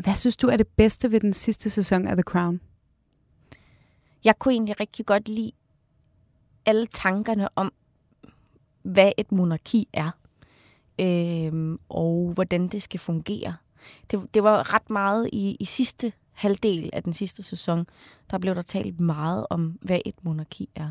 Hvad synes du er det bedste ved den sidste sæson af The Crown? Jeg kunne egentlig rigtig godt lide alle tankerne om, hvad et monarki er, og hvordan det skal fungere. Det var ret meget i sidste halvdel af den sidste sæson, der blev der talt meget om, hvad et monarki er.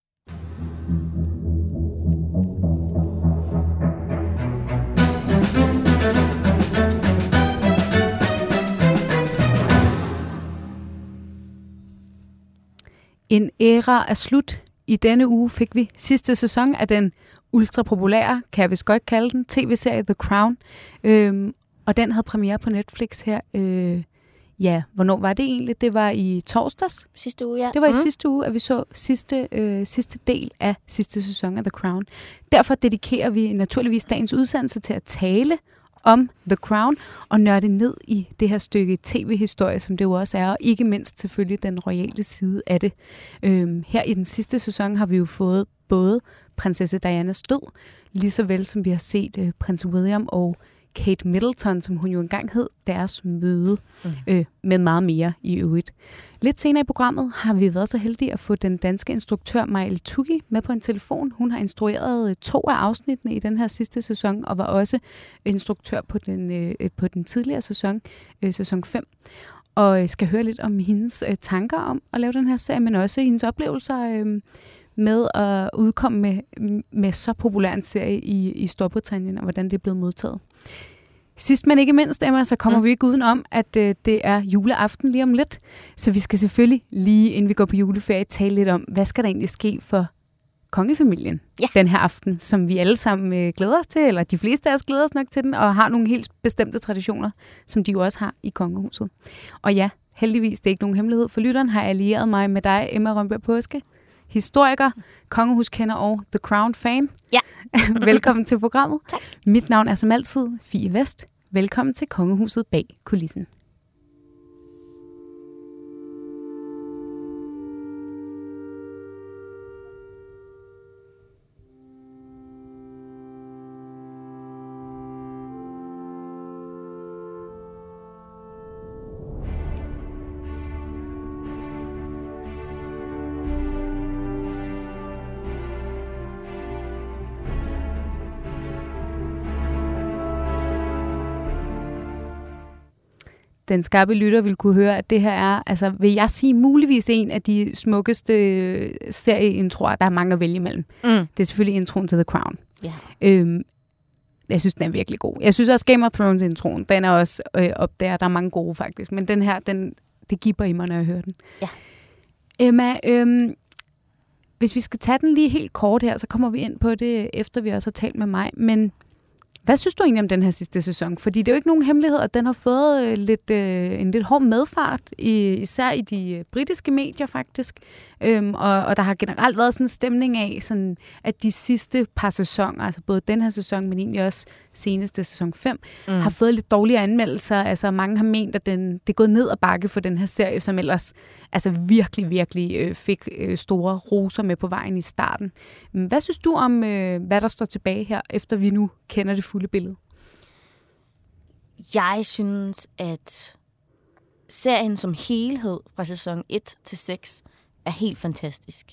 En æra er slut. I denne uge fik vi sidste sæson af den ultrapopulære, kan jeg vist godt kalde den, tv-serie The Crown. Og den havde premiere på Netflix her. Hvornår var det egentlig? Det var i torsdags. Sidste uge, ja. Det var i sidste uge, at vi så sidste del af sidste sæson af The Crown. Derfor dedikerer vi naturligvis dagens udsendelse til at tale om The Crown og nørde ned i det her stykke tv-historie, som det jo også er, og ikke mindst selvfølgelig den royale side af det. Her i den sidste sæson har vi jo fået både prinsesse Dianas død, lige så vel som vi har set prins William og Kate Middleton, som hun jo engang hed, deres møde med meget mere i øvrigt. Lidt senere i programmet har vi været så heldige at få den danske instruktør Maja Tuki med på en telefon. Hun har instrueret 2 af afsnittene i den her sidste sæson, og var også instruktør på den tidligere sæson, sæson 5. Og skal høre lidt om hendes tanker om at lave den her serie, men også hendes oplevelser med at udkomme med så populær en serie i Storbritannien, og hvordan det er blevet modtaget. Sidst men ikke mindst, Emma, så kommer vi ikke udenom, at det er juleaften lige om lidt. Så vi skal selvfølgelig lige, inden vi går på juleferie, tale lidt om, hvad skal der egentlig ske for kongefamilien den her aften, som vi alle sammen glæder os til, eller de fleste af os glæder os nok til den, og har nogle helt bestemte traditioner, som de jo også har i kongehuset. Og ja, heldigvis, det er ikke nogen hemmelighed for lytteren, har jeg allieret mig med dig, Emma Rønberg Påske, historiker, kongehuskender og The Crown-fan. Ja. Velkommen til programmet. Tak. Mit navn er som altid Fie Vest. Velkommen til Kongehuset bag kulissen. Den skarpe lytter vil kunne høre, at det her er, altså vil jeg sige, muligvis en af de smukkeste serieintroer, der er mange at vælge imellem. Det er selvfølgelig introen til The Crown. Yeah. Jeg synes, den er virkelig god. Jeg synes også Game of Thrones introen, den er også op der. Der er mange gode faktisk, men den her, det giver i mig, når jeg hører den. Ja. Emma, hvis vi skal tage den lige helt kort her, så kommer vi ind på det, efter vi også har talt med mig, men hvad synes du egentlig om den her sidste sæson? Fordi det er jo ikke nogen hemmelighed, at den har fået en lidt hård medfart, især i de britiske medier faktisk. Og der har generelt været sådan en stemning af, sådan, at de sidste par sæsoner, altså både den her sæson, men egentlig også seneste sæson 5, har fået lidt dårlige anmeldelser. Altså mange har ment, at det er gået ned ad bakke for den her serie, som ellers altså virkelig, virkelig fik store roser med på vejen i starten. Hvad synes du om, hvad der står tilbage her, efter vi nu kender det fulde billede? Jeg synes, at serien som helhed fra sæson 1 til 6 er helt fantastisk.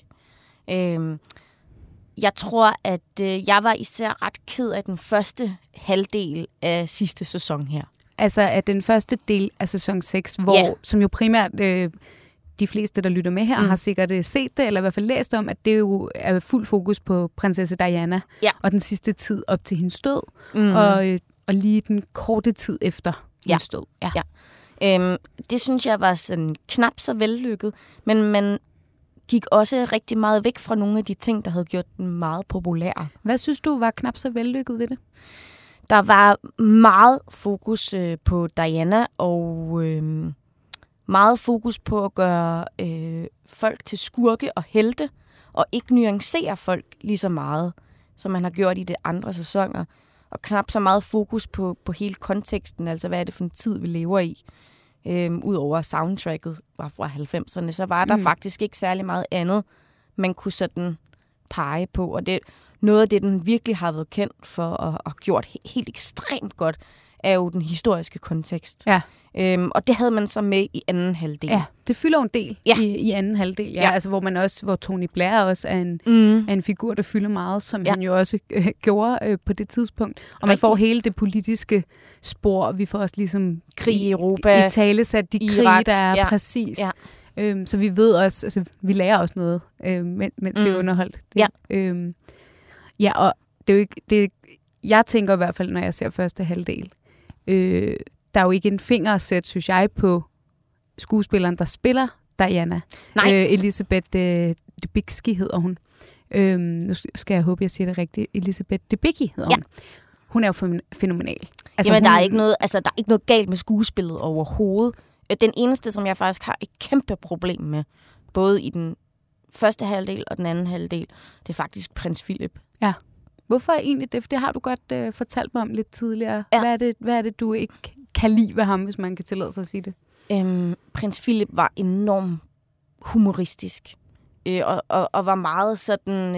Jeg tror, at jeg var især ret ked af den første halvdel af sidste sæson her. Altså at den første del af sæson 6, som jo primært de fleste, der lytter med her, har sikkert set det, eller i hvert fald læst om, at det jo er fuld fokus på prinsesse Diana, og den sidste tid op til hendes død, og lige den korte tid efter hendes død. Ja. Det synes jeg var sådan knap så vellykket, men man gik også rigtig meget væk fra nogle af de ting, der havde gjort den meget populær. Hvad synes du var knap så vellykket ved det? Der var meget fokus på Diana, og meget fokus på at gøre folk til skurke og helte, og ikke nuancere folk lige så meget, som man har gjort i de andre sæsoner. Og knap så meget fokus på hele konteksten, altså hvad er det for en tid, vi lever i. Udover soundtracket var fra 90'erne, så var der faktisk ikke særlig meget andet, man kunne sådan pege på. Og det noget af det, den virkelig har været kendt for at have gjort helt ekstremt godt, er jo den historiske kontekst. Ja. Og det havde man så med i anden halvdel. Ja, det fylder en del i anden halvdel, altså hvor Tony Blair også er en figur, der fylder meget, som han jo også gjorde på det tidspunkt. Og man får hele det politiske spor, vi får også ligesom krig i Europa, i talesat de krige, der er præcis. Ja. Så vi ved også, altså vi lærer også noget, mens vi er underholdt. Ja, og det er jo ikke, jeg tænker i hvert fald, når jeg ser første halvdel, der er jo ikke en finger at sætte, synes jeg, på skuespilleren, der spiller Diana. Elizabeth Debicki hedder hun. Nu skal jeg håbe, jeg siger det rigtigt. Elizabeth Debicki hedder hun. Hun er jo fænomenal. Altså, jamen, der er ikke noget galt med skuespillet overhovedet. Den eneste, som jeg faktisk har et kæmpe problem med, både i den første halvdel og den anden halvdel, det er faktisk prins Philip. Ja. Hvorfor egentlig det? For det har du godt fortalt mig om lidt tidligere. Ja. Hvad er det, du ikke kan lide ved ham, hvis man kan tillade sig at sige det? Prins Philip var enormt humoristisk. Og var meget sådan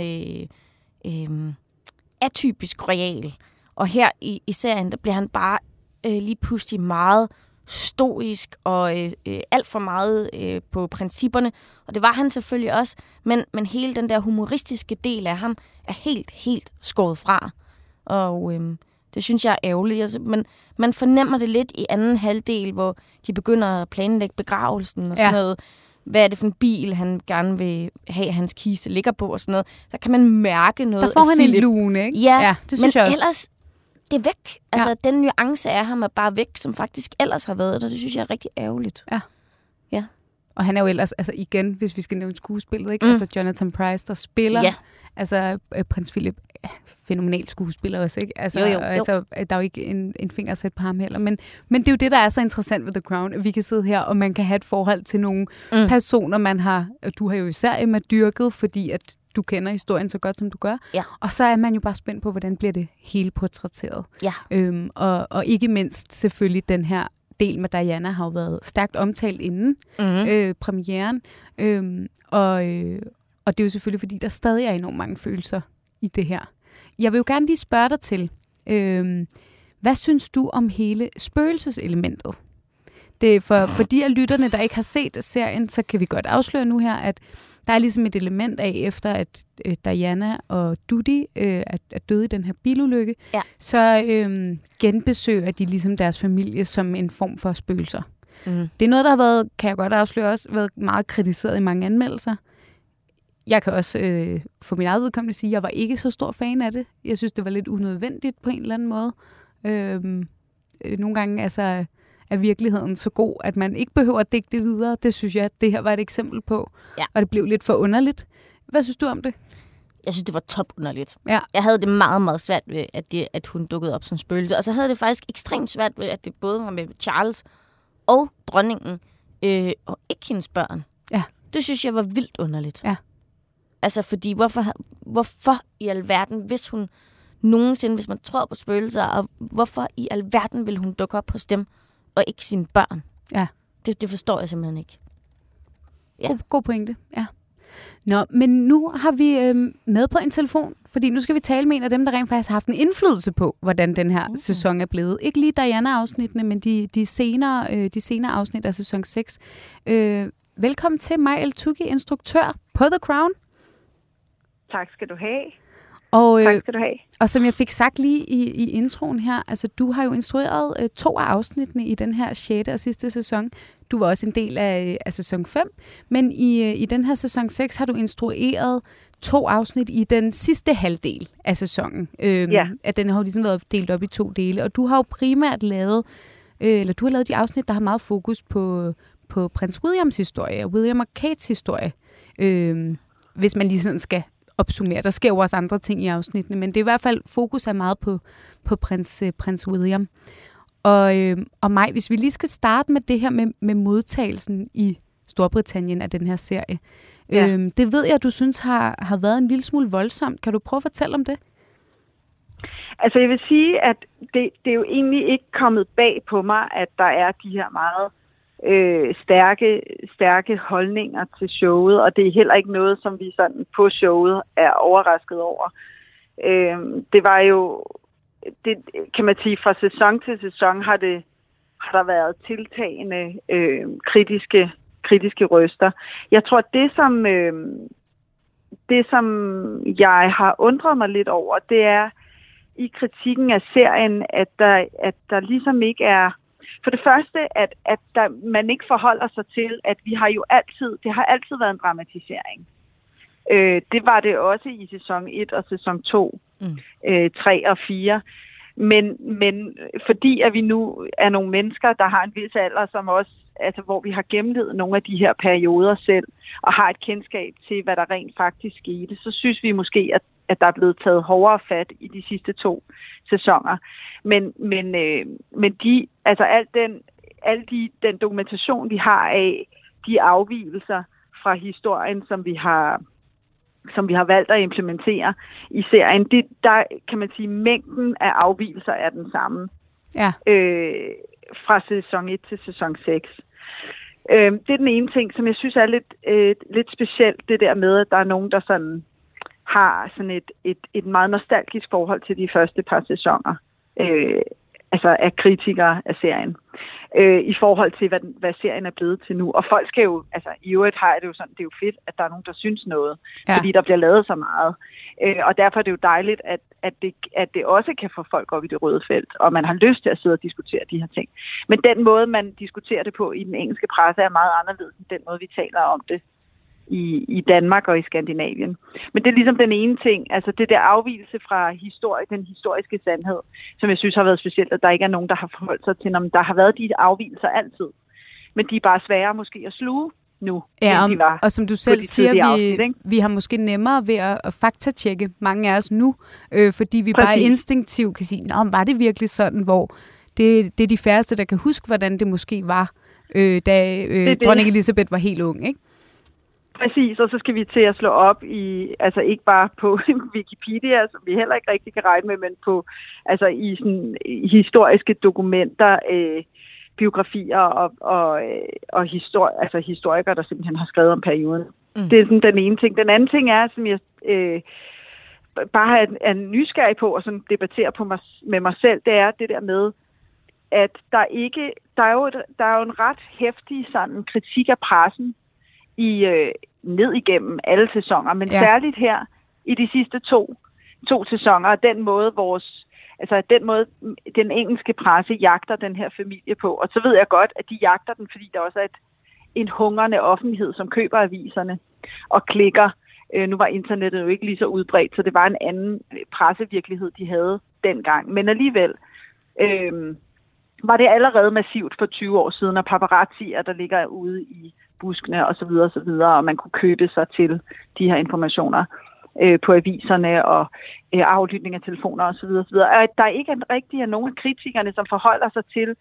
atypisk royal. Og her i serien, der bliver han bare lige pludselig meget stoisk og alt for meget på principperne. Og det var han selvfølgelig også. Men hele den der humoristiske del af ham er helt skåret fra. Og det synes jeg er ærgerligt. Altså, men man fornemmer det lidt i anden halvdel, hvor de begynder at planlægge begravelsen og sådan noget. Hvad er det for en bil, han gerne vil have, hans kiste ligger på og sådan noget. Der kan man mærke noget. Der får han en lune, ikke? Ja, det synes jeg også. Ellers, det er væk. Altså, den nuance af ham er bare væk, som faktisk ellers har været der. Det synes jeg er rigtig ærgerligt. Ja. Og han er jo ellers, altså igen, hvis vi skal nævne skuespillet, ikke? Altså Jonathan Pryce, der spiller, altså prins Philip, fænomenal skuespiller også, ikke? Altså, jo. Altså, der er jo ikke en finger sæt på ham heller. Men det er jo det, der er så interessant ved The Crown, at vi kan sidde her, og man kan have et forhold til nogle personer, man har, du har jo især Emma dyrket, fordi at du kender historien så godt, som du gør. Ja. Og så er man jo bare spændt på, hvordan bliver det hele portrætteret. Ja. Og ikke mindst selvfølgelig den her del med Diana har jo været stærkt omtalt inden premieren. Og det er jo selvfølgelig, fordi der stadig er enormt mange følelser i det her. Jeg vil jo gerne lige spørge dig til, hvad synes du om hele spøgelseselementet? Det er for de af lytterne, der ikke har set serien, så kan vi godt afsløre nu her, at der er ligesom et element af, efter at Diana og Dudi er døde i den her bilulykke, så genbesøger de ligesom deres familie som en form for spøgelser. Det er noget, der har været, kan jeg godt afsløre også, været meget kritiseret i mange anmeldelser. Jeg kan også for min eget vedkommende sige, at jeg var ikke så stor fan af det. Jeg synes, det var lidt unødvendigt på en eller anden måde. Nogle gange er virkeligheden så god, at man ikke behøver at dække det videre. Det synes jeg, at det her var et eksempel på. Ja. Og det blev lidt for underligt. Hvad synes du om det? Jeg synes, det var topunderligt. Ja. Jeg havde det meget, meget svært ved, at hun dukkede op som spøgelse. Og så havde det faktisk ekstremt svært ved, at det både var med Charles og dronningen, og ikke hendes børn. Ja. Det synes jeg var vildt underligt. Ja. Altså, fordi hvorfor i alverden, hvis man tror på spøgelser, og hvorfor i alverden vil hun dukke op hos dem, og ikke sine børn? Ja. Det forstår jeg simpelthen ikke. Ja. God pointe, ja. Nå, men nu har vi med på en telefon, fordi nu skal vi tale med en af dem, der rent faktisk har haft en indflydelse på, hvordan den her sæson er blevet. Ikke lige Diana-afsnittene, men de senere afsnit af sæson 6. Velkommen til Maj El-Tuggi, instruktør på The Crown. Tak skal du have. Tak skal du have. Og som jeg fik sagt lige i introen her, altså du har jo instrueret 2 af afsnittene i den her 6. og sidste sæson. Du var også en del af sæson 5, men i den her sæson 6 har du instrueret 2 afsnit i den sidste halvdel af sæsonen. At den har jo ligesom været delt op i 2 dele, og du har jo primært lavet de afsnit, der har meget fokus på prins Williams historie og William og Kates historie. Hvis man lige sådan skal opsummere. Der sker jo også andre ting i afsnittene, men det er i hvert fald, fokus er meget på prins William. Og Maj, hvis vi lige skal starte med det her med modtagelsen i Storbritannien af den her serie. Det ved jeg, du synes har været en lille smule voldsomt. Kan du prøve at fortælle om det? Altså jeg vil sige, at det er jo egentlig ikke kommet bag på mig, at der er de her meget stærke holdninger til showet, og det er heller ikke noget, som vi sådan på showet er overrasket over. Det var jo det kan man sige, fra sæson til sæson har der været tiltagende kritiske røster. Jeg tror, det som jeg har undret mig lidt over, det er i kritikken af serien, at der ligesom ikke er... For det første, at man ikke forholder sig til, at det har altid været en dramatisering. Det var det også i sæson 1 og sæson 2, 3 og 4. Men fordi at vi nu er nogle mennesker, der har en vis alder, som også, altså hvor vi har gennemlevet nogle af de her perioder selv, og har et kendskab til, hvad der rent faktisk skete, så synes vi måske, at der er blevet taget hårdere fat i de sidste 2 sæsoner. Men den dokumentation, vi har af de afvigelser fra historien, som vi har valgt at implementere i serien, der kan man sige, lidt af afvigelser er den samme. Ja. Fra sæson 1 til sæson 6. Det er den ene ting, som jeg synes er lidt specielt, det der med, at der er nogen, der sådan har sådan et meget nostalgisk forhold til de første par sæsoner, altså af kritikere af serien, i forhold til, hvad serien er blevet til nu. Og folk skal jo, altså i øvrigt har det jo sådan, det er jo fedt, at der er nogen, der synes noget, fordi der bliver lavet så meget. Og derfor er det jo dejligt, at det også kan få folk op i det røde felt, og man har lyst til at sidde og diskutere de her ting. Men den måde, man diskuterer det på i den engelske presse, er meget anderledes end den måde, vi taler om det i Danmark og i Skandinavien. Men det er ligesom den ene ting, altså det der afvigelse fra den historiske sandhed, som jeg synes har været specielt, at der ikke er nogen, der har forholdt sig til, der har været de afvigelser altid. Men de er bare svære måske at sluge nu, end de var. Og som du selv siger, vi har måske nemmere ved at faktatjekke mange af os nu, fordi vi bare instinktivt kan sige, var det virkelig sådan, hvor det er de færreste, der kan huske, hvordan det måske var, da dronning Elisabeth var helt ung, ikke? Præcis, og så skal vi til at slå op i, altså ikke bare på Wikipedia, som vi heller ikke rigtig kan regne med, men på, altså i sådan historiske dokumenter, biografier og historikere, der simpelthen har skrevet om perioden. Det er sådan den ene ting. Den anden ting er, som jeg bare er nysgerrig på og sådan debatterer med mig selv, det er det der med, at der er jo en ret heftig sådan kritik af pressen ned igennem alle sæsoner, men særligt her i de sidste to sæsoner, den måde den engelske presse jagter den her familie på. Og så ved jeg godt, at de jagter den, fordi der også er en hungrende offentlighed, som køber aviserne og klikker. Nu var internettet jo ikke lige så udbredt, så det var en anden pressevirkelighed, de havde dengang. Men alligevel var det allerede massivt for 20 år siden, og paparazzier, der ligger ude i buskene og så videre, og man kunne købe sig til de her informationer på aviserne og aflytning af telefoner og så videre. Og at der ikke rigtig er nogen af kritikerne, som forholder sig til,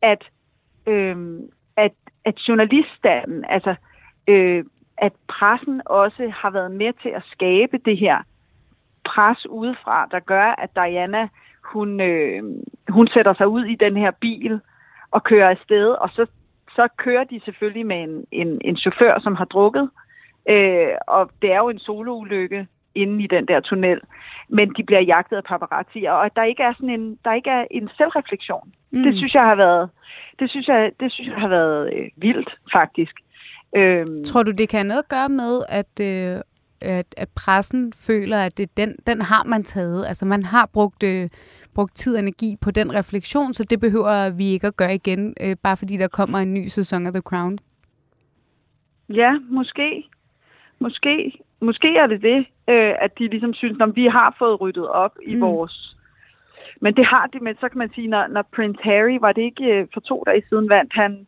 at journaliststanden, altså at pressen også har været med til at skabe det her pres udefra, der gør, at Diana hun sætter sig ud i den her bil og kører afsted, og så kører de selvfølgelig med en chauffør, som har drukket, og det er jo en soloulykke inde i den der tunnel, men de bliver jagtet af paparazzi, og at der ikke er en selvreflektion. Det synes jeg har været vildt faktisk. Tror du, det kan have noget at gøre med, at pressen føler, at den har man taget? Altså man har brugt tid og energi på den refleksion, så det behøver vi ikke at gøre igen, bare fordi der kommer en ny sæson af The Crown? Ja, måske. Måske er det, at de ligesom synes, at vi har fået ryddet op i vores... Men det har det, men så kan man sige, når Prince Harry, var det ikke for 2 dage siden, vandt han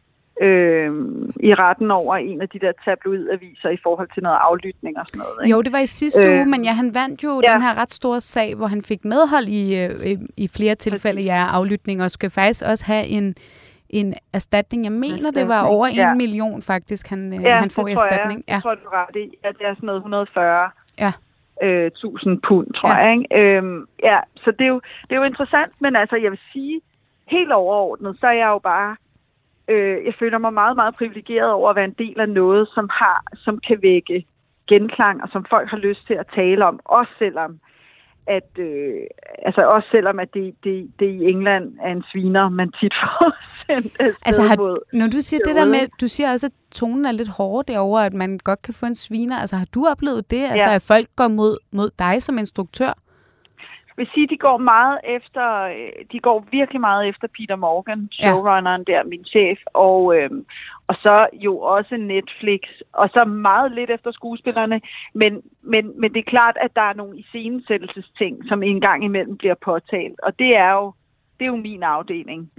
i retten over en af de der tabloidaviser i forhold til noget aflytning og sådan noget. Ikke? Jo, det var i sidste uge, men han vandt jo den her ret store sag, hvor han fik medhold i flere tilfælde af aflytning, og skal faktisk også have en erstatning. Jeg mener, det var over 1 million faktisk, han får i erstatning. Jeg tror, du har ret i, at det er sådan noget 140 1000 pund, tror jeg. Ikke? Så det er jo interessant, men altså, jeg vil sige, helt overordnet, så er jeg jo bare jeg føler mig meget, meget privilegeret over at være en del af noget, som kan vække genklang, og som folk har lyst til at tale om, også selvom altså også selvom at det i England er en sviner, man tit får sendt afsted mod. Når du siger det der med, du siger også, at tonen er lidt hård derovre, at man godt kan få en sviner. Altså har du oplevet det? Altså at folk går mod dig som instruktør? Jeg vil sige, de går virkelig meget efter Peter Morgan, showrunneren der, min chef, og så jo også Netflix, og så meget lidt efter skuespillerne, men det er klart, at der er nogle iscenesættelsesting, som en gang imellem bliver påtalt, og det er jo min afdeling.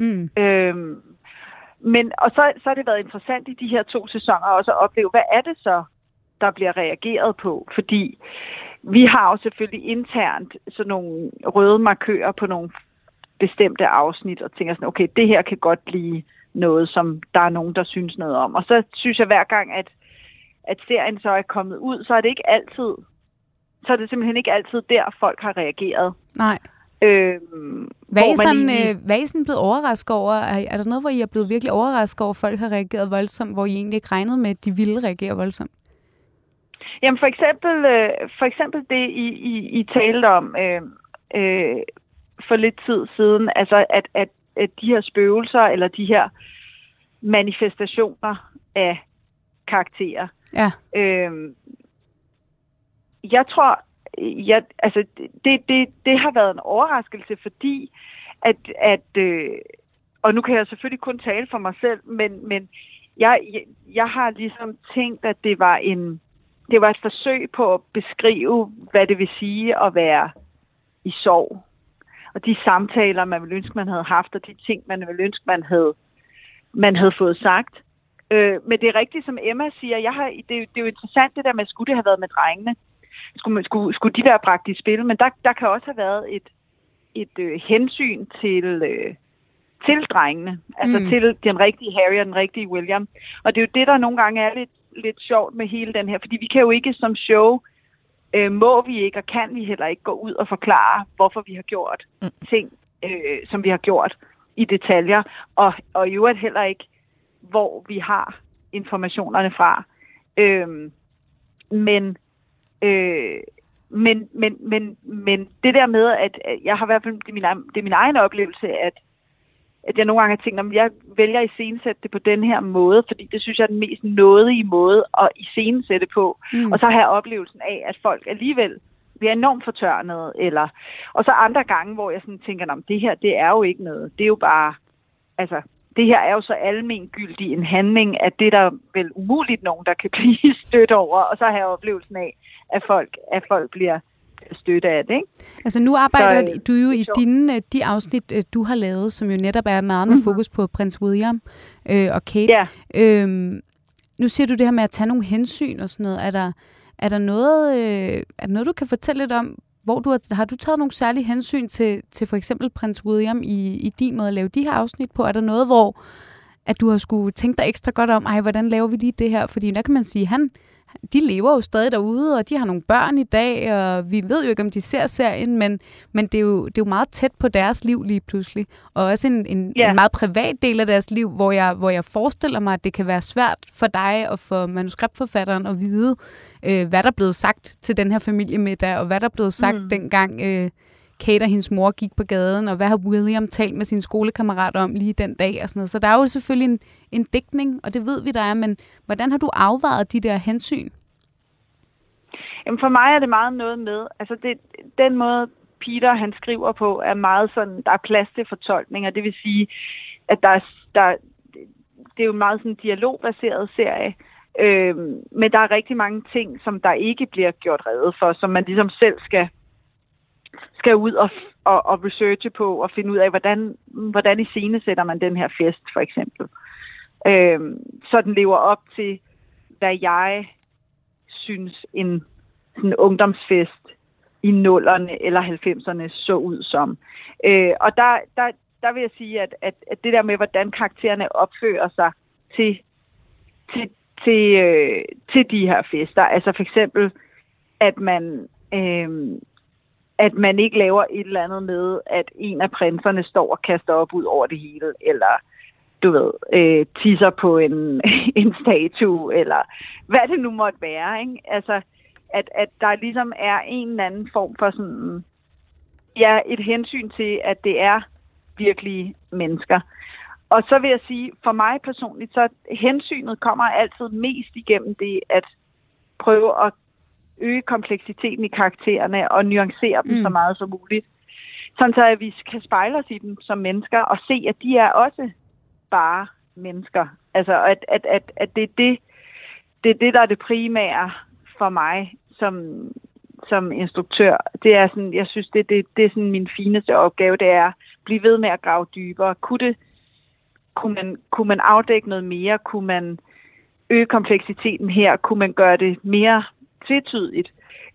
Og så har det været interessant i de her 2 sæsoner også at opleve, hvad er det så, der bliver reageret på, fordi vi har jo selvfølgelig internt sådan nogle røde markører på nogle bestemte afsnit, og tænker sådan, okay, det her kan godt blive noget, som der er nogen, der synes noget om. Og så synes jeg hver gang, at serien så er kommet ud, så er det simpelthen ikke altid der, folk har reageret. Nej. Hvad er I sådan blevet overrasket over? Er der noget, hvor I er blevet virkelig overrasket over, at folk har reageret voldsomt, hvor I egentlig ikke regnede med, at de ville reagere voldsomt? Jamen for eksempel det, I talte om for lidt tid siden, altså at de her spøgelser, eller de her manifestationer af karakterer. Ja. Jeg tror, det har været en overraskelse, fordi og nu kan jeg selvfølgelig kun tale for mig selv, men jeg har ligesom tænkt, at det var et forsøg på at beskrive, hvad det vil sige at være i sorg. Og de samtaler, man ville ønske, man havde haft, og de ting, man ville ønske, man havde fået sagt. Men det er rigtigt, som Emma siger. Det er jo interessant det der med, skulle det have været med drengene? Skulle de være bragt i spil? Men der kan også have været et hensyn til drengene. Altså til den rigtige Harry og den rigtige William. Og det er jo det, der nogle gange er lidt sjovt med hele den her. Fordi vi kan jo ikke som show, må vi ikke og kan vi heller ikke gå ud og forklare, hvorfor vi har gjort ting, som vi har gjort i detaljer. Og i øvrigt heller ikke, hvor vi har informationerne fra. Men det der med, at jeg har i hvert fald, det er min egen oplevelse, at jeg nogle gange har tænkt, at jeg vælger at iscenesætte det på den her måde, fordi det synes jeg er den mest nådige måde at iscenesætte på. Og så har jeg oplevelsen af, at folk alligevel bliver enormt fortørnet. Og så andre gange, hvor jeg sådan tænker, at det her, det er jo ikke noget. Det er jo bare, altså, det her er jo så almengyldig en handling, at det er der vel umuligt nogen, der kan blive stødt over. Og så har jeg oplevelsen af, at folk bliver støtte af det, ikke? Altså nu arbejder du jo i de afsnit, du har lavet, som jo netop er meget med fokus på prins William og Kate. Ja. Nu siger du det her med at tage nogle hensyn og sådan noget. Er der noget, du kan fortælle lidt om, hvor har du taget nogle særlige hensyn til for eksempel prins William i din måde at lave de her afsnit på? Er der noget, hvor at du har skulle tænke dig ekstra godt om, hvordan laver vi lige det her? Fordi der kan man sige, de lever jo stadig derude, og de har nogle børn i dag, og vi ved jo ikke, om de ser serien, men det er jo meget tæt på deres liv lige pludselig. Og også en meget privat del af deres liv, hvor jeg forestiller mig, at det kan være svært for dig og for manuskriptforfatteren at vide, hvad der er blevet sagt til den her familiemiddag, og hvad der er blevet sagt dengang Kate og hendes mor gik på gaden, og hvad har William talt med sine skolekammerater om lige den dag og sådan noget. Så der er jo selvfølgelig en dækning, og det ved vi, der er, men hvordan har du afvejet de der hensyn? Jamen for mig er det meget noget med, altså den måde Peter han skriver på er meget sådan, der er plads til fortolkninger, det vil sige, at det er jo meget sådan en dialogbaseret serie, men der er rigtig mange ting, som der ikke bliver gjort rede for, som man ligesom selv skal ud og researche på og finde ud af, hvordan iscenesætter man den her fest, for eksempel. Så den lever op til, hvad jeg synes en sådan ungdomsfest i 0'erne eller 90'erne så ud som. Og der vil jeg sige, at det der med, hvordan karaktererne opfører sig til de her fester, altså for eksempel, at man ikke laver et eller andet med, at en af prinserne står og kaster op ud over det hele, eller du ved, tisser på en statue, eller hvad det nu måtte være, ikke? Altså, at der ligesom er en eller anden form for sådan Ja, et hensyn til, at det er virkelige mennesker. Og så vil jeg sige, for mig personligt, så hensynet kommer altid mest igennem det, at prøve at øge kompleksiteten i karaktererne og nuancere dem så meget som muligt. Sådan så, at vi kan spejle os i dem som mennesker og se, at de er også bare mennesker. Altså, at det er det, der er det primære for mig som instruktør. Det er sådan, jeg synes, det er sådan min fineste opgave, det er at blive ved med at grave dybere. Kunne man afdække noget mere? Kunne man øge kompleksiteten her? Kunne man gøre det mere tvetydigt?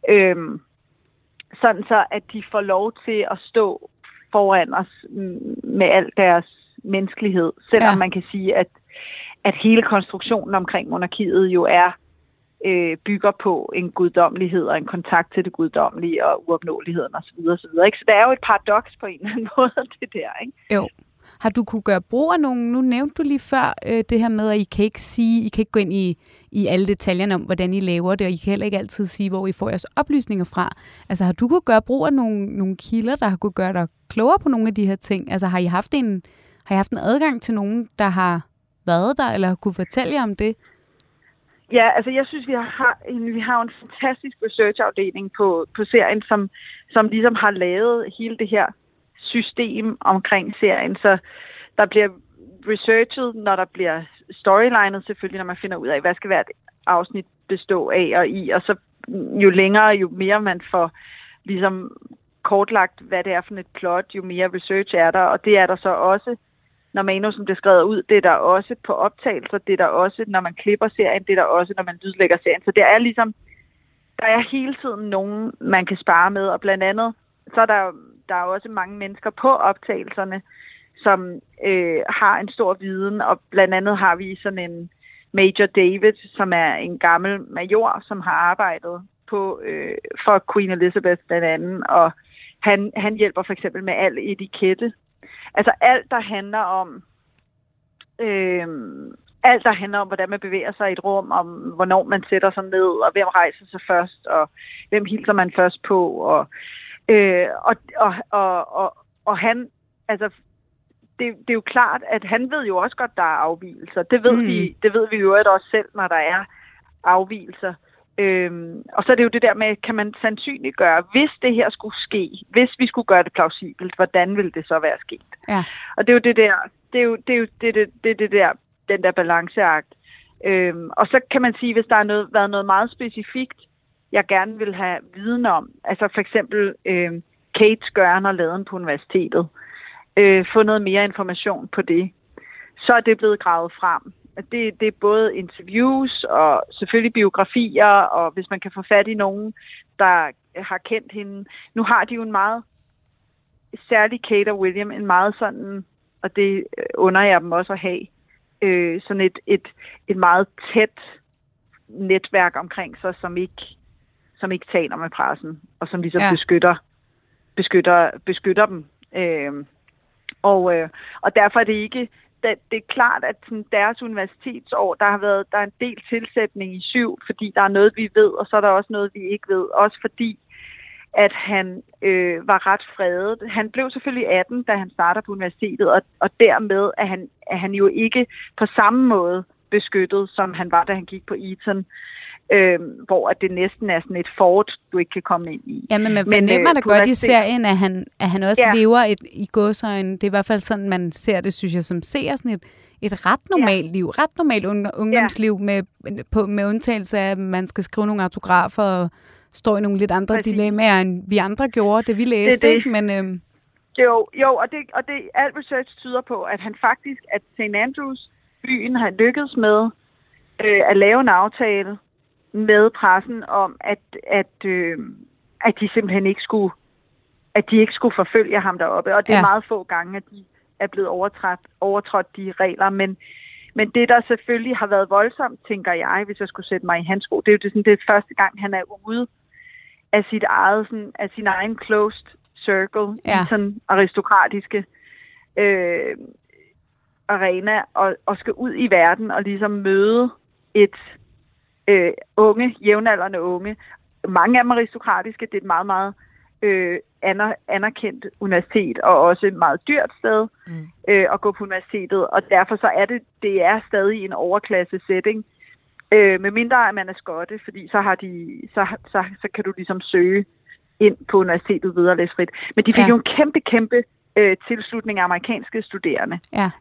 Sådan så, at de får lov til at stå foran os med al deres menneskelighed. Selvom man kan sige, at hele konstruktionen omkring monarkiet jo bygger på en guddommelighed og en kontakt til det guddommelige og uopnåeligheden osv. Så der er jo et paradoks på en eller anden måde, det der, ikke? Jo. Har du kunne gøre brug af nogen? Nu nævnte du lige før det her med, at I kan ikke gå ind i alle detaljerne om, hvordan I laver det, og I kan heller ikke altid sige, hvor I får jeres oplysninger fra. Altså har du kunne gøre brug af nogle kilder, der har kunne gøre dig klogere på nogle af de her ting? Altså har I haft en adgang til nogen, der har været der, eller har kunne fortælle jer om det? Ja, altså jeg synes, vi har en fantastisk researchafdeling på serien, som ligesom har lavet hele det her system omkring serien. Så der bliver researchet, når der bliver storylinet selvfølgelig, når man finder ud af, hvad skal hvert afsnit bestå af og i. Og så jo længere, jo mere man får ligesom kortlagt, hvad det er for et plot, jo mere research er der. Og det er der så også, når manusen bliver skrevet ud, det er der også på optagelser, det er der også, når man klipper serien, det er der også, når man lydlægger serien. Så det er ligesom, der er hele tiden nogen, man kan spare med, og blandt andet, så er der er også mange mennesker på optagelserne, som har en stor viden, og blandt andet har vi sådan en Major David, som er en gammel major, som har arbejdet for Queen Elizabeth blandt andet, og han hjælper for eksempel med al etikette. Altså alt, der handler om, hvordan man bevæger sig i et rum, om hvornår man sætter sig ned, og hvem rejser sig først, og hvem hilser man først på, og han, altså, det er jo klart, at han ved jo også godt, der er afvigelser. Det ved vi jo også selv, når der er afvigelser. Og så er det jo det der med, kan man sandsynliggøre, hvis det her skulle ske, hvis vi skulle gøre det plausibelt, hvordan ville det så være sket? Ja. Og det er jo det der, det der, den der balanceakt. Og så kan man sige, hvis der er været noget meget specifikt, jeg gerne vil have viden om, altså for eksempel Kates gøren og laden på universitetet, få noget mere information på det, så er det blevet gravet frem. Det er både interviews og selvfølgelig biografier, og hvis man kan få fat i nogen, der har kendt hende. Nu har de jo en meget, særlig Kate og William, en meget sådan, og det under jeg dem også at have, sådan et meget tæt netværk omkring sig, som ikke taler med pressen, og som ligesom beskytter dem. Og derfor er det ikke... Det er klart, at deres universitetsår, der er en del tilsætning i 7, fordi der er noget, vi ved, og så er der også noget, vi ikke ved. Også fordi, at han var ret fredet. Han blev selvfølgelig 18, da han starter på universitetet, og dermed er han jo ikke på samme måde beskyttet, som han var, da han gik på Eton. Hvor det næsten er sådan et fort, du ikke kan komme ind i. Ja, men man fornemmer da godt i serien, at han også lever i gåseøjne. Det er i hvert fald sådan, man ser det, synes jeg, som ser sådan et ret normalt liv, ret normalt ungdomsliv, med undtagelse af, at man skal skrive nogle autografer og stå i nogle lidt andre dilemmaer, end vi andre gjorde, det vi læste. Det. Men, Jo, og det al research tyder på, at han faktisk, at St. Andrews byen har lykkedes med at lave en aftale med pressen om, at de simpelthen ikke skulle forfølge ham deroppe. Og det er meget få gange, at de er blevet overtrådt de regler. Men det, der selvfølgelig har været voldsomt, tænker jeg, hvis jeg skulle sætte mig i hans sko, det er jo det første gang, han er ude af sin egen closed circle, i sådan aristokratiske arena, og skal ud i verden og ligesom møde et jævnaldrende unge. Mange af dem aristokratiske, det er et meget, meget anerkendt universitet, og også et meget dyrt sted at gå på universitetet, og derfor så er det er stadig en overklasse setting, med mindre at man er skotte, fordi så kan du ligesom søge ind på universitetet vederlagsfrit. Men de fik jo en kæmpe tilslutning af amerikanske studerende,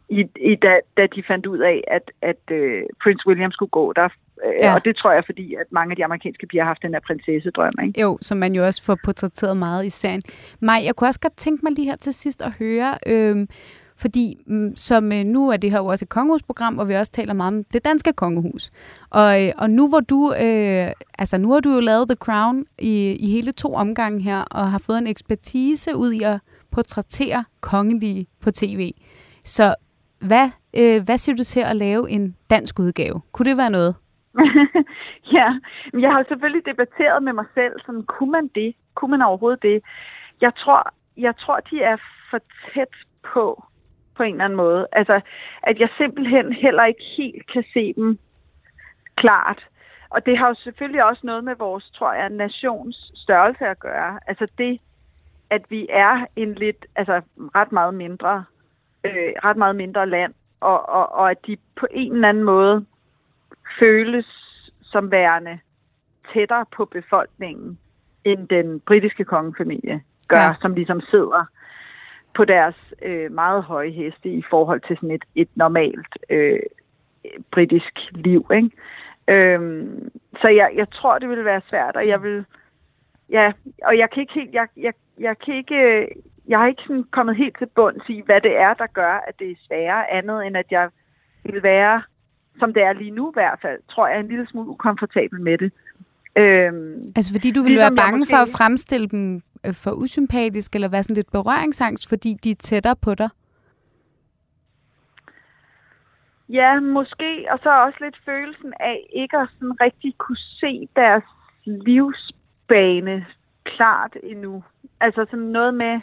da de fandt ud af, at Prince William skulle gå der. Og det tror jeg, fordi at mange af de amerikanske piger har haft den her prinsessedrøm, ikke? Jo, som man jo også får portrætteret meget i serien. Maj, jeg kunne også godt tænke mig lige her til sidst at høre, fordi som nu er det her jo også et kongehusprogram, og vi også taler meget om det danske kongehus. Og nu hvor du, nu har du jo lavet The Crown i hele 2 omgange her, og har fået en ekspertise ud i at portrættere kongelige på tv. Så hvad siger du til at lave en dansk udgave? Kunne det være noget? Ja, jeg har selvfølgelig debatteret med mig selv, sådan, kunne man det? Kunne man overhovedet det? Jeg tror, de er for tæt på en eller anden måde. Altså, at jeg simpelthen heller ikke helt kan se dem klart. Og det har jo selvfølgelig også noget med vores, tror jeg, nations størrelse at gøre. Altså det, at vi er en ret meget mindre land, og at de på en eller anden måde føles som værende tættere på befolkningen, end den britiske kongefamilie gør, som ligesom sidder på deres meget høje heste i forhold til sådan et normalt britisk liv, ikke? Så jeg tror, det vil være svært, og jeg kan ikke helt, jeg har ikke sådan kommet helt til bunds i, hvad det er, der gør, at det er sværere andet, end at jeg vil være, som det er lige nu i hvert fald, tror jeg, en lille smule ukomfortabel med det. Altså fordi du vil være bange for at fremstille dem for usympatisk, eller være sådan lidt berøringsangst, fordi de er tættere på dig? Ja, måske, og så også lidt følelsen af ikke at sådan rigtig kunne se deres livsbane klart endnu. Altså sådan noget med,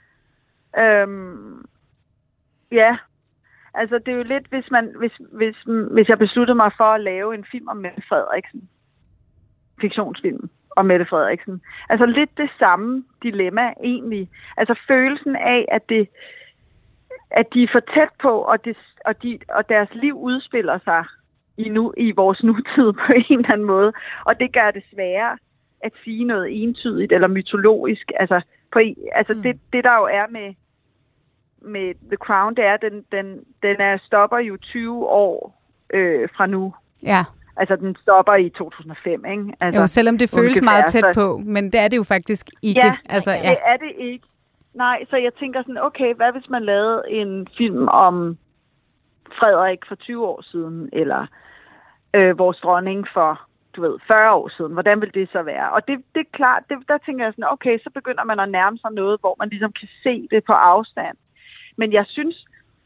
altså det er jo lidt, hvis jeg besluttede mig for at lave en film om Mette Frederiksen, fiktionsfilm om Mette Frederiksen. Altså lidt det samme dilemma egentlig. Altså følelsen af, at de er for tæt på, og deres liv udspiller sig i vores nutid på en eller anden måde. Og det gør det sværere at sige noget entydigt eller mytologisk. Altså, det der jo er med The Crown, det er, den stopper jo 20 år fra nu. Ja. Altså, den stopper i 2005, ikke? Altså, jo, selvom det føles meget tæt på, men det er det jo faktisk ikke. Ja, altså, det er det ikke. Nej, så jeg tænker sådan, okay, hvad hvis man lavede en film om Frederik for 20 år siden, eller vores dronning for, 40 år siden. Hvordan vil det så være? Og det er klart, der tænker jeg sådan, okay, så begynder man at nærme sig noget, hvor man ligesom kan se det på afstand. Men jeg synes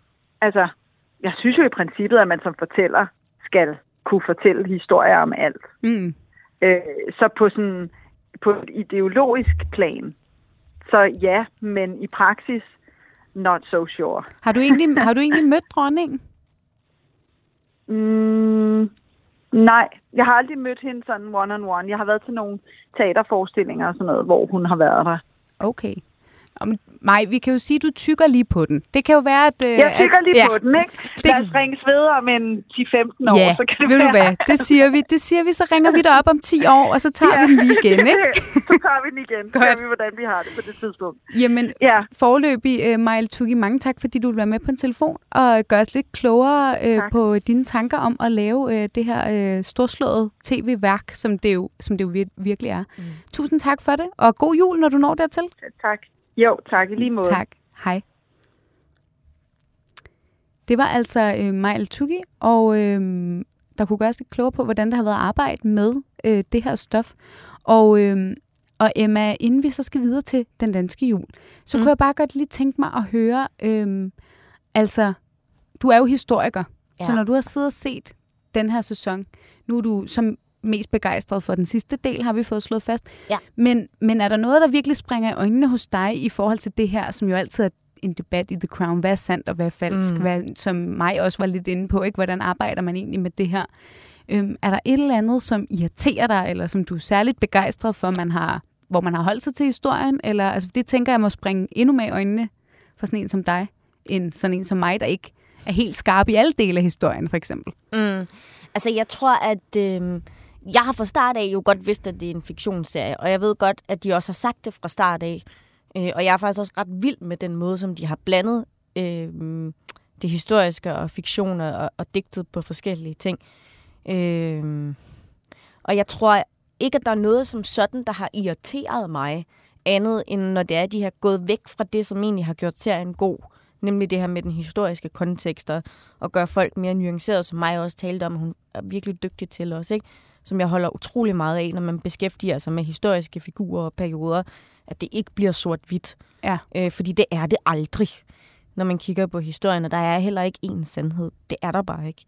jo i princippet, at man som fortæller skal kunne fortælle historier om alt. Mm. Så på et ideologisk plan, så ja, men i praksis, not so sure. Har du egentlig mødt dronningen? Nej, jeg har aldrig mødt hende sådan one-on-one. Jeg har været til nogle teaterforestillinger og sådan noget, hvor hun har været der. Okay. Maj, vi kan jo sige, at du tykker lige på den. Det kan jo være, at... jeg tykker lige på den, ikke? Lad os ringes ved om en 10-15 år, så kan det være. Du hvad? Det siger vi, så ringer vi dig op om 10 år, og så tager vi den lige igen, ikke? Så tager vi den igen. Så ser vi, hvordan vi har det på det tidspunkt. Jamen, foreløbig, Maj El-Toukhy, mange tak, fordi du vil være med på en telefon, og gøre os lidt klogere på dine tanker om at lave det her storslåede tv-værk, som det jo virkelig er. Mm. Tusind tak for det, og god jul, når du når dertil. Tak. Jo, tak. I lige måde. Tak. Hej. Det var altså Maj El-Toukhy, og der kunne gøres lidt klogere på, hvordan der har været arbejde med det her stof. Og Emma, inden vi så skal videre til den danske jul, så kunne jeg bare godt lige tænke mig at høre, du er jo historiker, så når du har siddet og set den her sæson, nu er du som mest begejstret for den sidste del, har vi fået slået fast. Ja. Men er der noget, der virkelig springer i øjnene hos dig i forhold til det her, som jo altid er en debat i The Crown? Hvad er sandt og hvad er falsk? Som mig også var lidt inde på, ikke? Hvordan arbejder man egentlig med det her? Er der et eller andet, som irriterer dig, eller som du er særligt begejstret for, man har hvor man har holdt sig til historien? Eller, altså, det tænker jeg må springe endnu mere i øjnene for sådan en som dig, end sådan en som mig, der ikke er helt skarp i alle dele af historien, for eksempel. Altså, jeg tror, at jeg har fra start af jo godt vidst, at det er en fiktionsserie, og jeg ved godt, at de også har sagt det fra start af. Og jeg er faktisk også ret vild med den måde, som de har blandet det historiske og fiktion og digtet på forskellige ting. Og jeg tror ikke, at der er noget som sådan, der har irriteret mig, andet end når det er, at de har gået væk fra det, som egentlig har gjort serien god. Nemlig det her med den historiske kontekst og gøre folk mere nuanceret, som mig også talte om, hun er virkelig dygtig til også, ikke? Som jeg holder utrolig meget af, når man beskæftiger sig med historiske figurer og perioder, at det ikke bliver sort-hvidt. Ja. Fordi det er det aldrig, når man kigger på historien, og der er heller ikke én sandhed. Det er der bare ikke.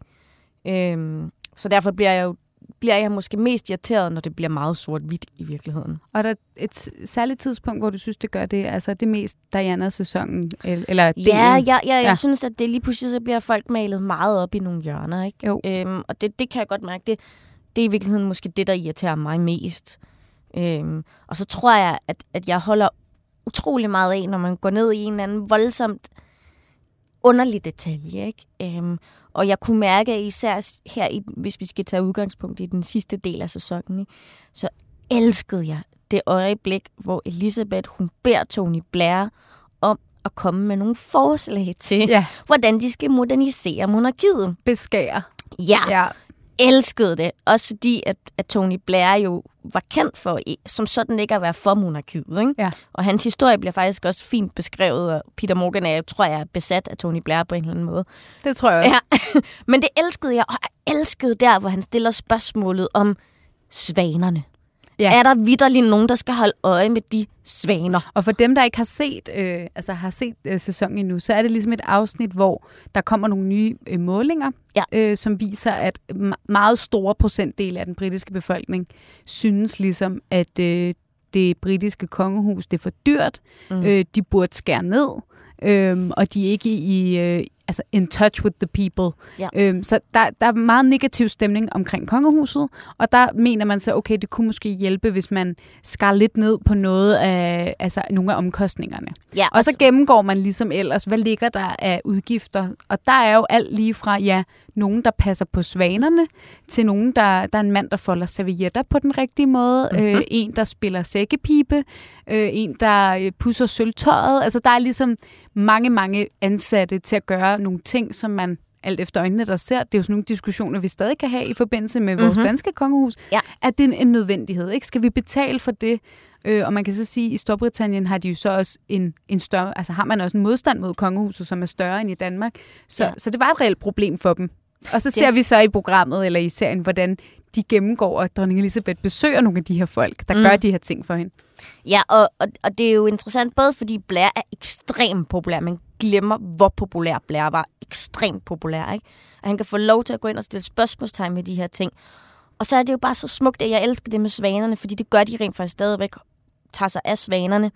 Så derfor bliver jeg måske mest irriteret, når det bliver meget sort-hvidt i virkeligheden. Og der er et særligt tidspunkt, hvor du synes, det gør det, altså det mest Diana-sæsonen? Eller jeg synes, at det lige pludselig så bliver folk malet meget op i nogle hjørner, ikke? Jo. Og det kan jeg godt mærke, det er i virkeligheden måske det, der irriterer mig mest. Og så tror jeg, at jeg holder utrolig meget af, når man går ned i en eller anden voldsomt underlig detalje, ikke? Og jeg kunne mærke, at især her, hvis vi skal tage udgangspunkt i den sidste del af sæsonen, ikke? Så elskede jeg det øjeblik, hvor Elizabeth, hun beder Tony Blair om at komme med nogle forslag til, hvordan de skal modernisere monarkiet. Beskære. Ja. Elskede det. Også fordi, at Tony Blair jo var kendt for, som sådan ikke at være for monarkiet. Ikke? Ja. Og hans historie bliver faktisk også fint beskrevet, og Peter Morgan tror jeg er besat af Tony Blair på en eller anden måde. Det tror jeg også. Ja. Men det elskede jeg, og jeg elskede der, hvor han stiller spørgsmålet om svanerne. Ja. Er der vitterligt nogen, der skal holde øje med de svaner? Og for dem, der ikke har set, sæsonen endnu, så er det ligesom et afsnit, hvor der kommer nogle nye målinger, som viser, at meget store procentdel af den britiske befolkning synes ligesom, at det britiske kongehus, det er for dyrt, de burde skære ned, og de er ikke in touch with the people. Ja. Så der er meget negativ stemning omkring kongehuset, og der mener man så, okay, det kunne måske hjælpe, hvis man skar lidt ned på noget af, nogle af omkostningerne. Ja, og så gennemgår man ligesom ellers, hvad ligger der af udgifter, og der er jo alt lige fra, nogen, der passer på svanerne, til nogen, der er en mand, der folder servietter på den rigtige måde, en, der spiller sækkepipe, en, der pudser sølvtøjet. Altså, der er ligesom mange ansatte til at gøre nogle ting, som man alt efter øjnene, der ser. Det er jo sådan nogle diskussioner, vi stadig kan have i forbindelse med vores danske kongehus. Ja. At det er en nødvendighed, ikke? Skal vi betale for det? Og man kan så sige, at i Storbritannien har de jo så også en større, altså har man også en modstand mod kongehuset, som er større end i Danmark. Så det var et reelt problem for dem. Og så ser vi så i programmet, eller i serien, hvordan de gennemgår, og dronning Elizabeth besøger nogle af de her folk, der gør de her ting for hende. Ja, og det er jo interessant, både fordi Blair er ekstremt populær. Man glemmer, hvor populær Blair var. Ekstremt populær, ikke? Og han kan få lov til at gå ind og stille spørgsmålstegn med de her ting. Og så er det jo bare så smukt, at jeg elsker det med svanerne, fordi det gør de rent faktisk stadigvæk, tager sig af svanerne.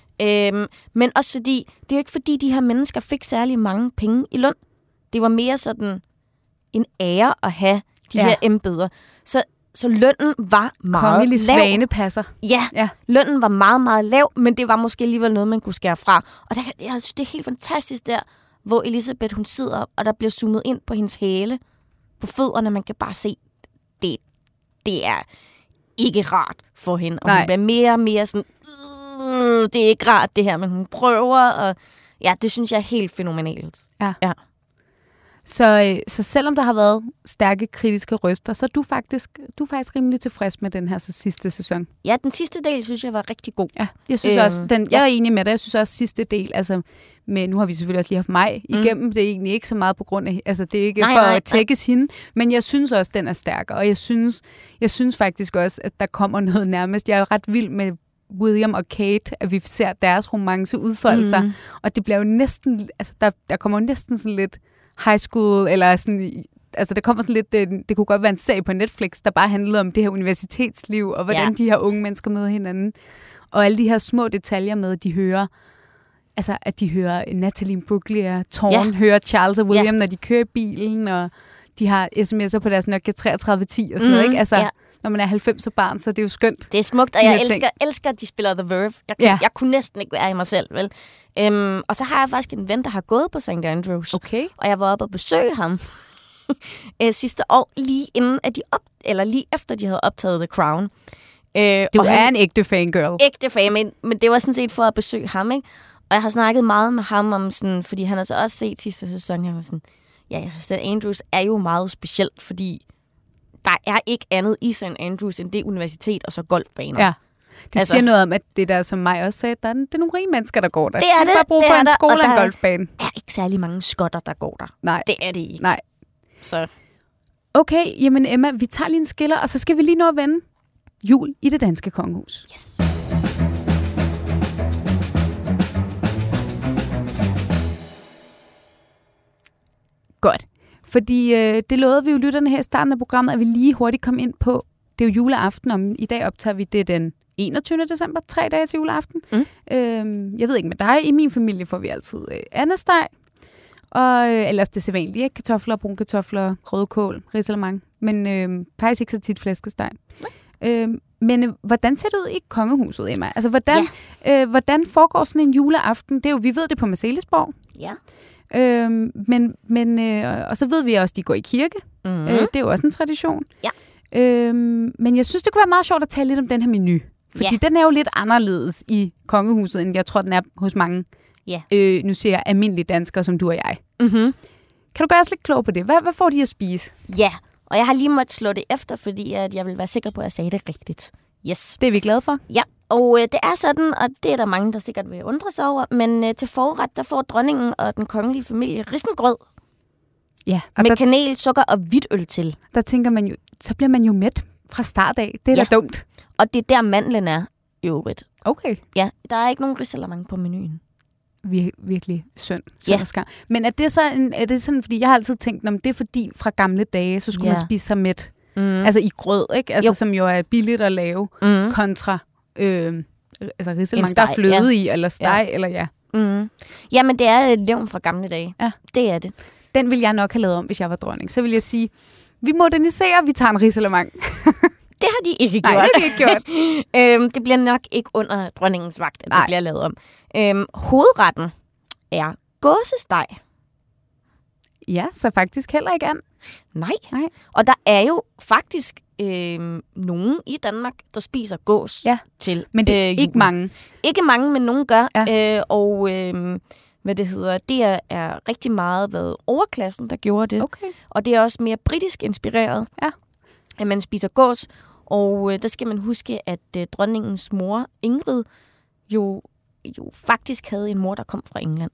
Men også fordi, det er jo ikke fordi, de her mennesker fik særlig mange penge i løn. Det var mere sådan en ære at have de her embeder. Så lønnen var meget kongelig lav. Svanepasser. Ja, lønnen var meget, meget lav, men det var måske alligevel noget, man kunne skære fra. Og jeg synes, det er helt fantastisk der, hvor Elizabeth hun sidder, og der bliver zoomet ind på hendes hæle, på fødderne. Man kan bare se, det er ikke rart for hende. Og hun bliver mere og mere sådan, det er ikke rart det her, men hun prøver, og ja, det synes jeg er helt fænomenalt. Ja. Så selvom der har været stærke kritiske røster, så er du faktisk rimelig tilfreds med den her sidste sæson. Ja, den sidste del synes jeg var rigtig god. Ja, jeg synes også, jeg er enig med dig. Jeg synes også sidste del, altså nu har vi selvfølgelig også lige haft mig igennem. Det er egentlig ikke så meget på grund af, altså det er ikke for at tækkes hende, men jeg synes også, den er stærkere. Og jeg synes faktisk også, at der kommer noget nærmest. Jeg er ret vild med William og Kate, at vi ser deres romance udfolde sig, og det bliver jo næsten, altså der kommer jo næsten sådan lidt high school, eller sådan, altså der kommer sådan lidt, det kunne godt være en serie på Netflix, der bare handlede om det her universitetsliv, og hvordan de her unge mennesker møder hinanden. Og alle de her små detaljer med, at de hører Natalie Imbruglia, hører Charles og William, når de kører i bilen, og de har sms'er på deres Nokia 3310 og sådan noget, ikke? Altså, når man er 90'er barn, så det er jo skønt. Det er smukt, og jeg elsker, at de spiller The Verve. Jeg kunne næsten ikke være i mig selv, vel? Og så har jeg faktisk en ven, der har gået på St. Andrews. Okay. Og jeg var oppe og besøge ham sidste år, lige efter de havde optaget The Crown. Du er en ægte fangirl. Ægte fan, men det var sådan set for at besøge ham, ikke? Og jeg har snakket meget med ham om sådan, fordi han har så også set sidste sæson, jeg var sådan, St. Andrews er jo meget specielt, fordi der er ikke andet i St. Andrews end det universitet og så golfbaner. Ja. Det siger noget om, at det der, som mig også sagde, det er nogle rige mennesker, der går der. Det er det. De har bare brug for en skole og en golfbane. Der er ikke særlig mange skotter, der går der. Nej. Det er det ikke. Nej. Så. Okay, jamen Emma, vi tager lige en skiller, og så skal vi lige nå at vende jul i det danske kongehus. Yes. Godt. Fordi det lovede vi jo lytterne her i starten af programmet, at vi lige hurtigt kom ind på. Det er jo juleaften, og i dag optager vi det den 21. december, 3 dage til juleaften. Jeg ved ikke med dig, i min familie får vi altid andesteg, og ellers det sædvanlige, kartofler, brune kartofler, rødkål, risalemang, men faktisk ikke så tit flæskesteg. Men hvordan ser det ud i kongehuset, Emma? Altså, hvordan foregår sådan en juleaften? Det er jo, vi ved det på Marselisborg. Ja. Og så ved vi også, at de går i kirke. Det er jo også en tradition. Ja. Men jeg synes, det kunne være meget sjovt at tale lidt om den her menu. Fordi den er jo lidt anderledes i kongehuset, end jeg tror, den er hos mange, nu siger jeg, almindelige danskere, som du og jeg. Mm-hmm. Kan du gøre os lidt klog på det? Hvad får de at spise? Ja, og jeg har lige måttet slå det efter, fordi at jeg vil være sikker på, at jeg sagde det rigtigt. Yes. Det er vi glade for. Ja, og det er sådan, og det er der mange, der sikkert vil undre sig over, men til forret, der får dronningen og den kongelige familie risengrød. Ja. Med kanel, sukker og hvidt øl til. Der tænker man jo, så bliver man jo mæt fra start af. Det er da dumt. Og det er der mandlen er i øvrigt. Okay. Ja, der er ikke nogen risalemang på menuen. Virkelig synd. Men er det sådan, fordi jeg har altid tænkt, det er fordi fra gamle dage, så skulle man spise sig mæt. Altså i grød, ikke? Altså som jo er billigt at lave, kontra risalemang, der er fløde i, eller steg, eller Jamen, det er et levn fra gamle dage. Ja. Det er det. Den vil jeg nok have lavet om, hvis jeg var dronning. Så vil jeg sige, vi moderniserer, vi tager en risalemang. Det har de ikke gjort. Nej, det har de ikke gjort. Det bliver nok ikke under dronningens vagt, at det bliver lavet om. Hovedretten er gåsesteg. Ja, så faktisk heller ikke and. Nej. Og der er jo faktisk nogen i Danmark, der spiser gås til men det er ikke mange. Ikke mange, men nogen gør. Ja. Det er rigtig meget været overklassen, der gjorde det. Okay. Og det er også mere britisk inspireret, at man spiser gås. Og der skal man huske, at dronningens mor, Ingrid, jo faktisk havde en mor, der kom fra England.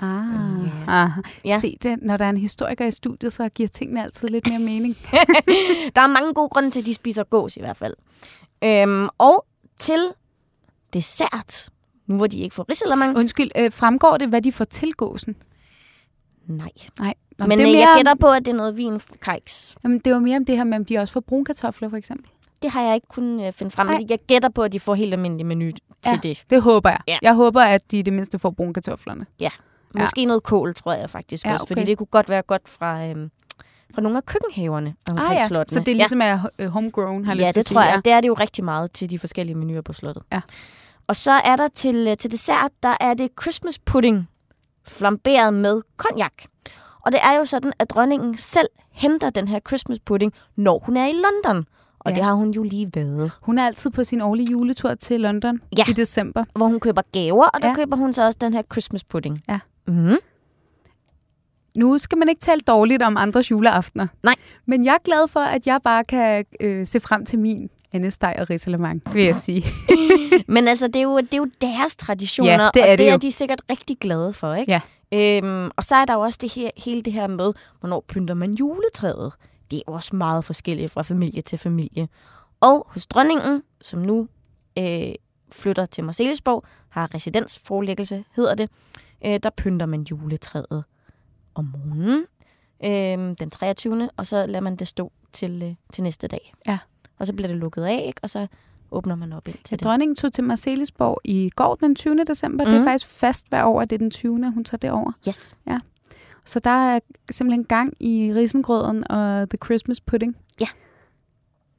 Se det, når der er en historiker i studiet, så giver tingene altid lidt mere mening. Der er mange gode grunde til, at de spiser gås i hvert fald. Og til dessert, nu hvor de ikke får risalemang. Undskyld, fremgår det, hvad de får til gåsen? Nej. Men jeg gætter på, at det er noget vinkajks. Jamen, det var mere om det her med, om de også får brune kartofler, for eksempel. Det har jeg ikke kunnet finde frem. Men jeg gætter på, at de får helt almindelig menu til det. Det håber jeg. Ja. Jeg håber, at de i det mindste får brune kartoflerne. Ja. Måske noget kål, tror jeg faktisk også. Fordi det kunne godt være godt fra nogle af køkkenhaverne omkring slottene. Så det ligesom er homegrown, har jeg lyst til at sige. Ja, det tror jeg. Det er det jo rigtig meget til de forskellige menuer på slottet. Ja. Og så er der til dessert, der er det Christmas pudding, flamberet med cognac. Og det er jo sådan, at dronningen selv henter den her Christmas pudding, når hun er i London. Og det har hun jo lige været. Hun er altid på sin årlige juletur til London i december. Hvor hun køber gaver, og der køber hun så også den her Christmas pudding. Ja. Mm-hmm. Nu skal man ikke tale dårligt om andres juleaftener. Nej. Men jeg er glad for, at jeg bare kan se frem til min andesteg og risalemang, vil jeg sige. Men altså, det er jo deres traditioner, og det er de sikkert rigtig glade for, ikke? Ja. Og så er der jo også hele det her med, hvornår pynter man juletræet. Det er også meget forskelligt fra familie til familie. Og hos dronningen, som nu flytter til Marselisborg, har residensforlæggelse, hedder det, der pynter man juletræet om morgenen, den 23. Og så lader man det stå til næste dag. Ja. Og så bliver det lukket af, ikke? Og så åbner man op ind til det. Dronningen tog til Marselisborg i går den 20. december. Det er faktisk fast hver år, det er den 20. hun tager det over. Yes. Ja. Så der er simpelthen gang i risengrøden og the Christmas pudding. Ja.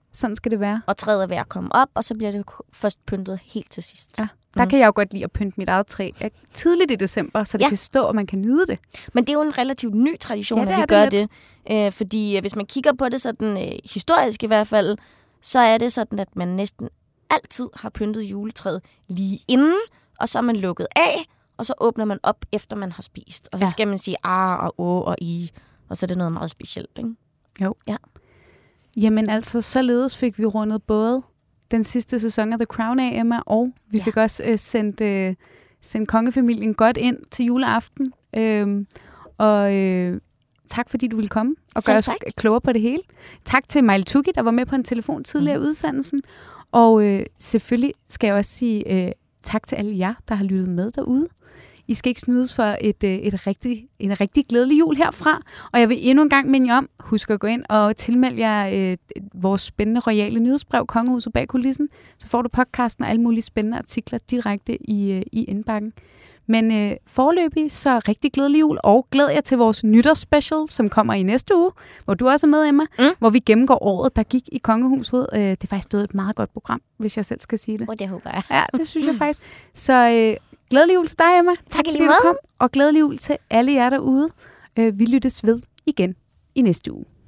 Sådan skal det være. Og træet er ved at komme op, og så bliver det først pyntet helt til sidst. Ja. Der kan jeg jo godt lide at pynte mit eget træ tidligt i december, så det kan stå, og man kan nyde det. Men det er jo en relativt ny tradition, at vi gør det. Fordi hvis man kigger på det sådan historisk i hvert fald, så er det sådan, at man næsten altid har pyntet juletræet lige inden, og så er man lukket af, og så åbner man op, efter man har spist. Og så skal man sige og og i, og så er det noget meget specielt, ikke? Jo. Ja. Jamen altså, således fik vi rundet både den sidste sæson af The Crown af, Emma, og vi fik også sendt kongefamilien godt ind til juleaften. Tak fordi du ville komme og gøre os klogere på det hele. Tak til Maile Tuki, der var med på en telefon tidligere i udsendelsen. Og selvfølgelig skal jeg også sige tak til alle jer, der har lyttet med derude. I skal ikke snydes for en rigtig glædelig jul herfra. Og jeg vil endnu en gang minde jer om, husk at gå ind og tilmelde jer vores spændende royale nyhedsbrev, Kongehuset bag kulissen. Så får du podcasten og alle mulige spændende artikler direkte i indbakken. Men foreløbig så rigtig glædelig jul, og glæd jer til vores nytårsspecial, som kommer i næste uge, hvor du også er med, Emma, hvor vi gennemgår året, der gik i Kongehuset. Det er faktisk blevet et meget godt program, hvis jeg selv skal sige det. Det håber jeg. Ja, det synes jeg faktisk. Så glædelig jul til dig, Emma. Tak fordi du kom. Og glædelig jul til alle jer derude. Vi lyttes ved igen i næste uge.